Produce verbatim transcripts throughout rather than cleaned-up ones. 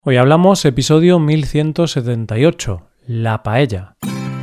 Hoy hablamos episodio mil ciento setenta y ocho, la paella.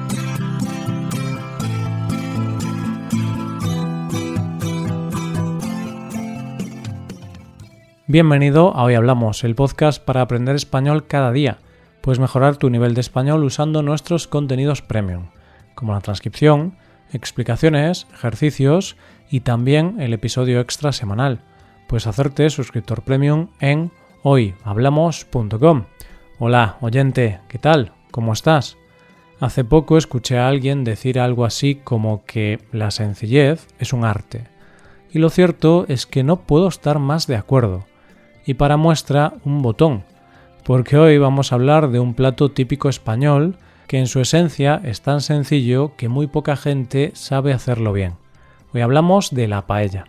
Bienvenido a Hoy Hablamos, el podcast para aprender español cada día. Puedes mejorar tu nivel de español usando nuestros contenidos premium, como la transcripción, explicaciones, ejercicios y también el episodio extra semanal. Puedes hacerte suscriptor premium en hoy hablamos punto com. Hola, oyente, ¿qué tal? ¿Cómo estás? Hace poco escuché a alguien decir algo así como que la sencillez es un arte. Y lo cierto es que no puedo estar más de acuerdo. Y para muestra, un botón. Porque hoy vamos a hablar de un plato típico español que en su esencia es tan sencillo que muy poca gente sabe hacerlo bien. Hoy hablamos de la paella.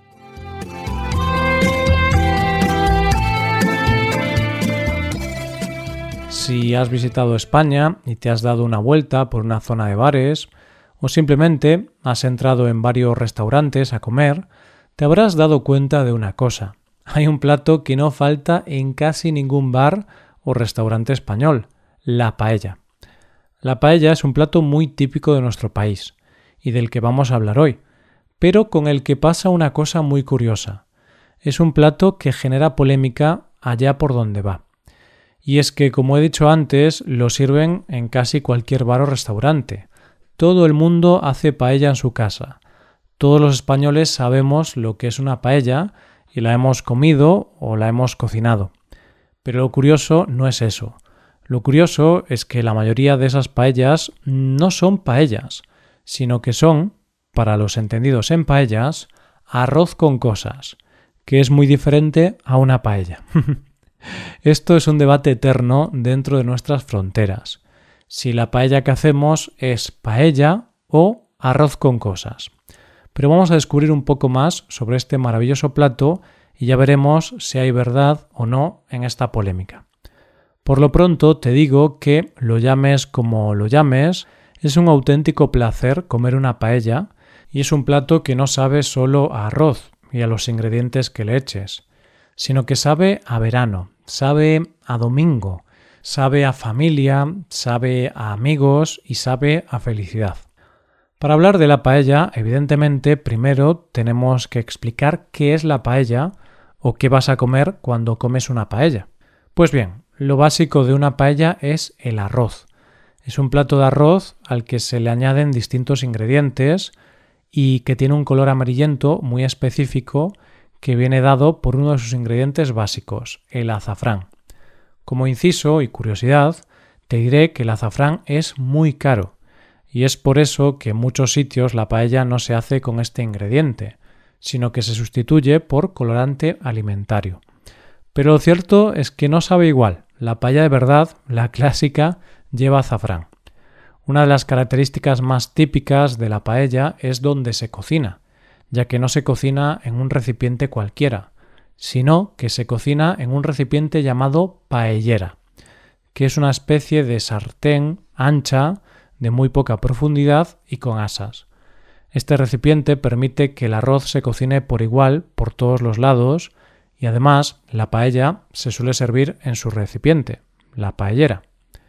Si has visitado España y te has dado una vuelta por una zona de bares o simplemente has entrado en varios restaurantes a comer, te habrás dado cuenta de una cosa. Hay un plato que no falta en casi ningún bar o restaurante español, la paella. La paella es un plato muy típico de nuestro país y del que vamos a hablar hoy, pero con el que pasa una cosa muy curiosa. Es un plato que genera polémica allá por donde va. Y es que, como he dicho antes, lo sirven en casi cualquier bar o restaurante. Todo el mundo hace paella en su casa. Todos los españoles sabemos lo que es una paella y la hemos comido o la hemos cocinado. Pero lo curioso no es eso. Lo curioso es que la mayoría de esas paellas no son paellas, sino que son, para los entendidos en paellas, arroz con cosas, que es muy diferente a una paella. Esto es un debate eterno dentro de nuestras fronteras. Si la paella que hacemos es paella o arroz con cosas. Pero vamos a descubrir un poco más sobre este maravilloso plato y ya veremos si hay verdad o no en esta polémica. Por lo pronto te digo que, lo llames como lo llames, es un auténtico placer comer una paella y es un plato que no sabe solo a arroz y a los ingredientes que le eches, sino que sabe a verano, sabe a domingo, sabe a familia, sabe a amigos y sabe a felicidad. Para hablar de la paella, evidentemente, primero tenemos que explicar qué es la paella o qué vas a comer cuando comes una paella. Pues bien, lo básico de una paella es el arroz. Es un plato de arroz al que se le añaden distintos ingredientes y que tiene un color amarillento muy específico que viene dado por uno de sus ingredientes básicos, el azafrán. Como inciso y curiosidad, te diré que el azafrán es muy caro y es por eso que en muchos sitios la paella no se hace con este ingrediente, sino que se sustituye por colorante alimentario. Pero lo cierto es que no sabe igual. La paella de verdad, la clásica, lleva azafrán. Una de las características más típicas de la paella es donde se cocina, ya que no se cocina en un recipiente cualquiera, sino que se cocina en un recipiente llamado paellera, que es una especie de sartén ancha, de muy poca profundidad y con asas. Este recipiente permite que el arroz se cocine por igual por todos los lados y además la paella se suele servir en su recipiente, la paellera.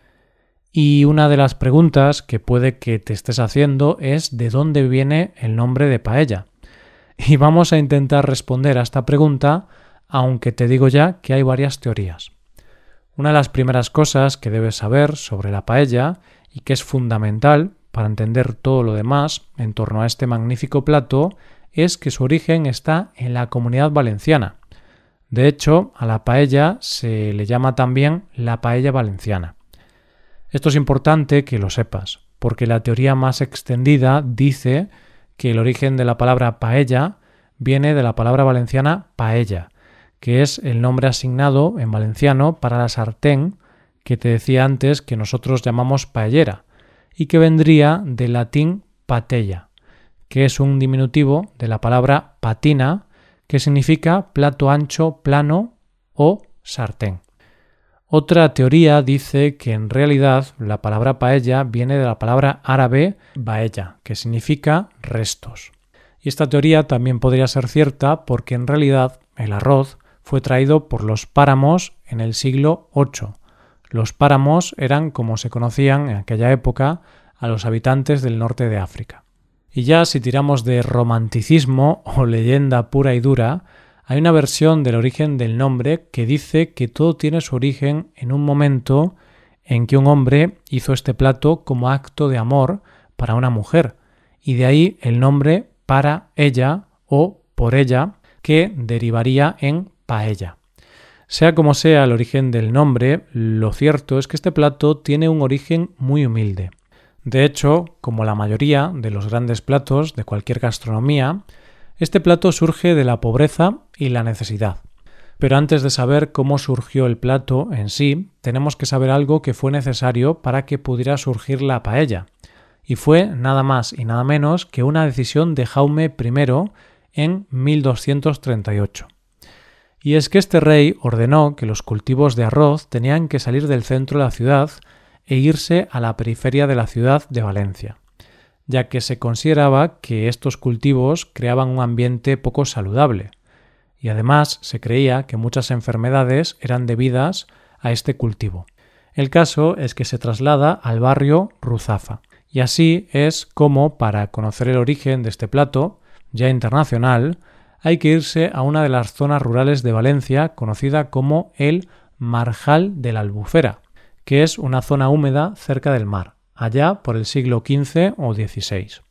Y una de las preguntas que puede que te estés haciendo es ¿de dónde viene el nombre de paella? Y vamos a intentar responder a esta pregunta, aunque te digo ya que hay varias teorías. Una de las primeras cosas que debes saber sobre la paella y que es fundamental para entender todo lo demás en torno a este magnífico plato es que su origen está en la Comunidad Valenciana. De hecho, a la paella se le llama también la paella valenciana. Esto es importante que lo sepas, porque la teoría más extendida dice que el origen de la palabra paella viene de la palabra valenciana paella, que es el nombre asignado en valenciano para la sartén que te decía antes que nosotros llamamos paellera y que vendría del latín patella, que es un diminutivo de la palabra patina, que significa plato ancho, plano o sartén. Otra teoría dice que en realidad la palabra paella viene de la palabra árabe baella, que significa restos. Y esta teoría también podría ser cierta porque en realidad el arroz fue traído por los páramos en el siglo octavo. Los páramos eran como se conocían en aquella época a los habitantes del norte de África. Y ya si tiramos de romanticismo o leyenda pura y dura, hay una versión del origen del nombre que dice que todo tiene su origen en un momento en que un hombre hizo este plato como acto de amor para una mujer, y de ahí el nombre para ella o por ella, que derivaría en paella. Sea como sea el origen del nombre, lo cierto es que este plato tiene un origen muy humilde. De hecho, como la mayoría de los grandes platos de cualquier gastronomía, este plato surge de la pobreza y la necesidad. Pero antes de saber cómo surgió el plato en sí, tenemos que saber algo que fue necesario para que pudiera surgir la paella. Y fue nada más y nada menos que una decisión de Jaume primero en mil doscientos treinta y ocho. Y es que este rey ordenó que los cultivos de arroz tenían que salir del centro de la ciudad e irse a la periferia de la ciudad de Valencia, ya que se consideraba que estos cultivos creaban un ambiente poco saludable. Y además se creía que muchas enfermedades eran debidas a este cultivo. El caso es que se traslada al barrio Ruzafa. Y así es como, para conocer el origen de este plato, ya internacional, hay que irse a una de las zonas rurales de Valencia conocida como el Marjal de la Albufera, que es una zona húmeda cerca del mar, allá por el siglo quince o dieciséis.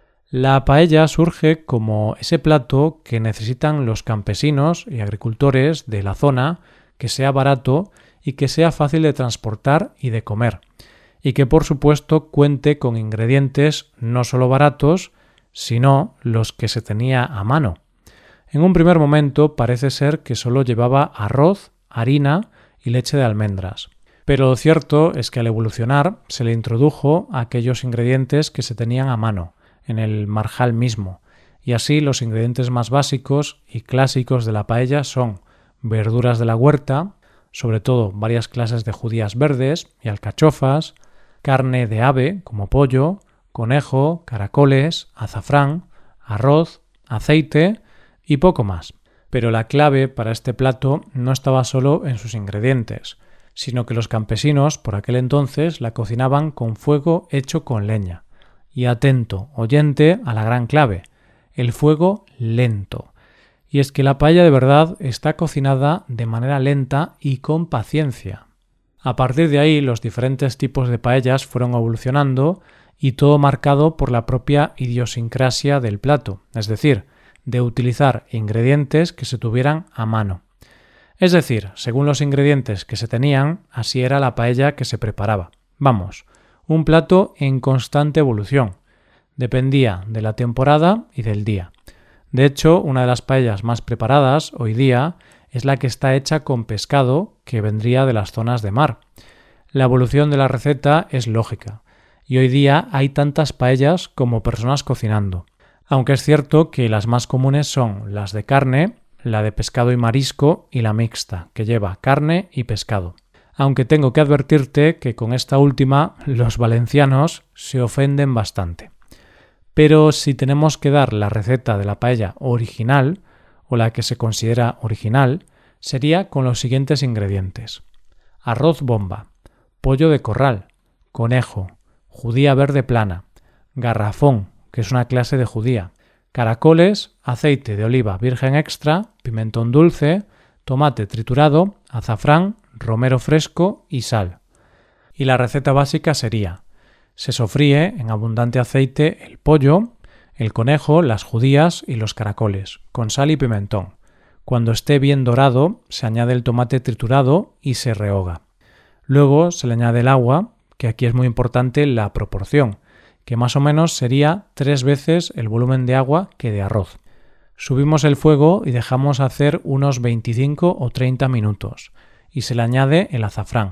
La paella surge como ese plato que necesitan los campesinos y agricultores de la zona, que sea barato y que sea fácil de transportar y de comer, y que por supuesto cuente con ingredientes no solo baratos, sino los que se tenía a mano. En un primer momento parece ser que solo llevaba arroz, harina y leche de almendras. Pero lo cierto es que al evolucionar se le introdujo aquellos ingredientes que se tenían a mano, en el marjal mismo, y así los ingredientes más básicos y clásicos de la paella son verduras de la huerta, sobre todo varias clases de judías verdes y alcachofas, carne de ave como pollo, conejo, caracoles, azafrán, arroz, aceite y poco más. Pero la clave para este plato no estaba solo en sus ingredientes, sino que los campesinos por aquel entonces la cocinaban con fuego hecho con leña. Y atento, oyente, a la gran clave, el fuego lento. Y es que la paella de verdad está cocinada de manera lenta y con paciencia. A partir de ahí, los diferentes tipos de paellas fueron evolucionando y todo marcado por la propia idiosincrasia del plato, es decir, de utilizar ingredientes que se tuvieran a mano. Es decir, según los ingredientes que se tenían, así era la paella que se preparaba. Vamos, un plato en constante evolución. Dependía de la temporada y del día. De hecho, una de las paellas más preparadas hoy día es la que está hecha con pescado que vendría de las zonas de mar. La evolución de la receta es lógica, y hoy día hay tantas paellas como personas cocinando. Aunque es cierto que las más comunes son las de carne, la de pescado y marisco y la mixta, que lleva carne y pescado. Aunque tengo que advertirte que con esta última los valencianos se ofenden bastante. Pero si tenemos que dar la receta de la paella original, o la que se considera original, sería con los siguientes ingredientes: arroz bomba, pollo de corral, conejo, judía verde plana, garrafón, que es una clase de judía, caracoles, aceite de oliva virgen extra, pimentón dulce, tomate triturado, azafrán, romero fresco y sal. Y la receta básica sería: se sofríe en abundante aceite el pollo, el conejo, las judías y los caracoles, con sal y pimentón. Cuando esté bien dorado, se añade el tomate triturado y se rehoga. Luego se le añade el agua, que aquí es muy importante la proporción, que más o menos sería tres veces el volumen de agua que de arroz. Subimos el fuego y dejamos hacer unos veinticinco o treinta minutos, y se le añade el azafrán.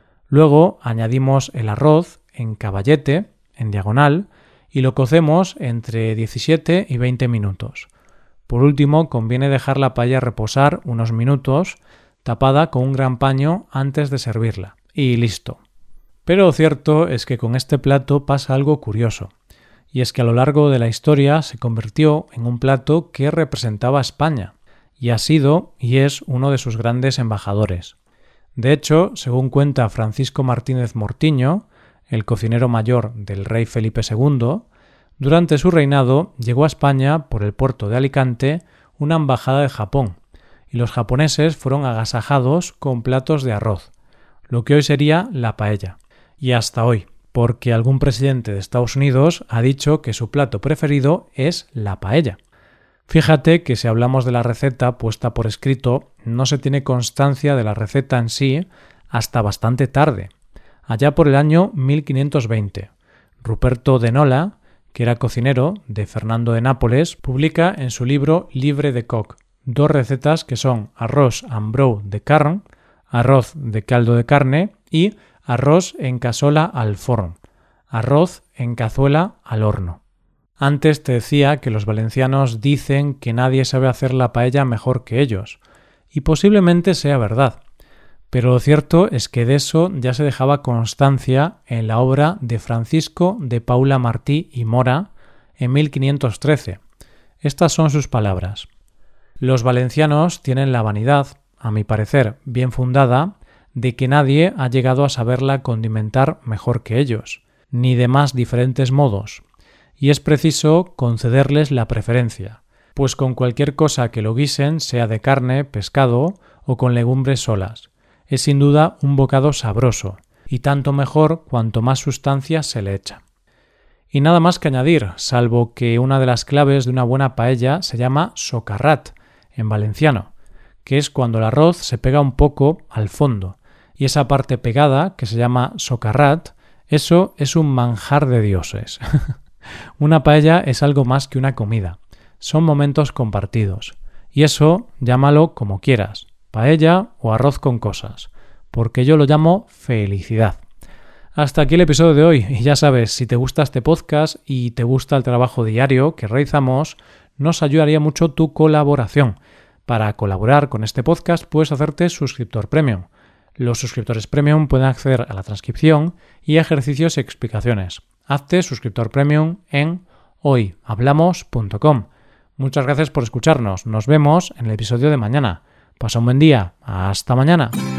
Luego añadimos el arroz en caballete, en diagonal, y lo cocemos entre diecisiete y veinte minutos. Por último, conviene dejar la paella reposar unos minutos, tapada con un gran paño antes de servirla. Y listo. Pero lo cierto es que con este plato pasa algo curioso, y es que a lo largo de la historia se convirtió en un plato que representaba a España, y ha sido y es uno de sus grandes embajadores. De hecho, según cuenta Francisco Martínez Mortiño, el cocinero mayor del rey Felipe segundo, durante su reinado llegó a España por el puerto de Alicante una embajada de Japón, y los japoneses fueron agasajados con platos de arroz, lo que hoy sería la paella. Y hasta hoy, porque algún presidente de Estados Unidos ha dicho que su plato preferido es la paella. Fíjate que si hablamos de la receta puesta por escrito, no se tiene constancia de la receta en sí hasta bastante tarde, allá por el año mil quinientos veinte. Ruperto de Nola, que era cocinero de Fernando de Nápoles, publica en su libro Livre de Coq dos recetas que son arroz amb brou de carn, arroz de caldo de carne y arroz en casola al forn, arroz en cazuela al horno. Antes te decía que los valencianos dicen que nadie sabe hacer la paella mejor que ellos, y posiblemente sea verdad, pero lo cierto es que de eso ya se dejaba constancia en la obra de Francisco de Paula Martí y Mora en mil quinientos trece. Estas son sus palabras. Los valencianos tienen la vanidad, a mi parecer bien fundada, de que nadie ha llegado a saberla condimentar mejor que ellos, ni de más diferentes modos, y es preciso concederles la preferencia, pues con cualquier cosa que lo guisen, sea de carne, pescado o con legumbres solas, es sin duda un bocado sabroso, y tanto mejor cuanto más sustancia se le echa. Y nada más que añadir, salvo que una de las claves de una buena paella se llama socarrat, en valenciano, que es cuando el arroz se pega un poco al fondo, y esa parte pegada, que se llama socarrat, eso es un manjar de dioses. Una paella es algo más que una comida, son momentos compartidos, y eso llámalo como quieras, paella o arroz con cosas, porque yo lo llamo felicidad. Hasta aquí el episodio de hoy, y ya sabes, si te gusta este podcast y te gusta el trabajo diario que realizamos, nos ayudaría mucho tu colaboración. Para colaborar con este podcast puedes hacerte suscriptor premium. Los suscriptores premium pueden acceder a la transcripción y ejercicios y explicaciones. Hazte suscriptor premium en hoy hablamos punto com. Muchas gracias por escucharnos. Nos vemos en el episodio de mañana. Pasa un buen día. Hasta mañana.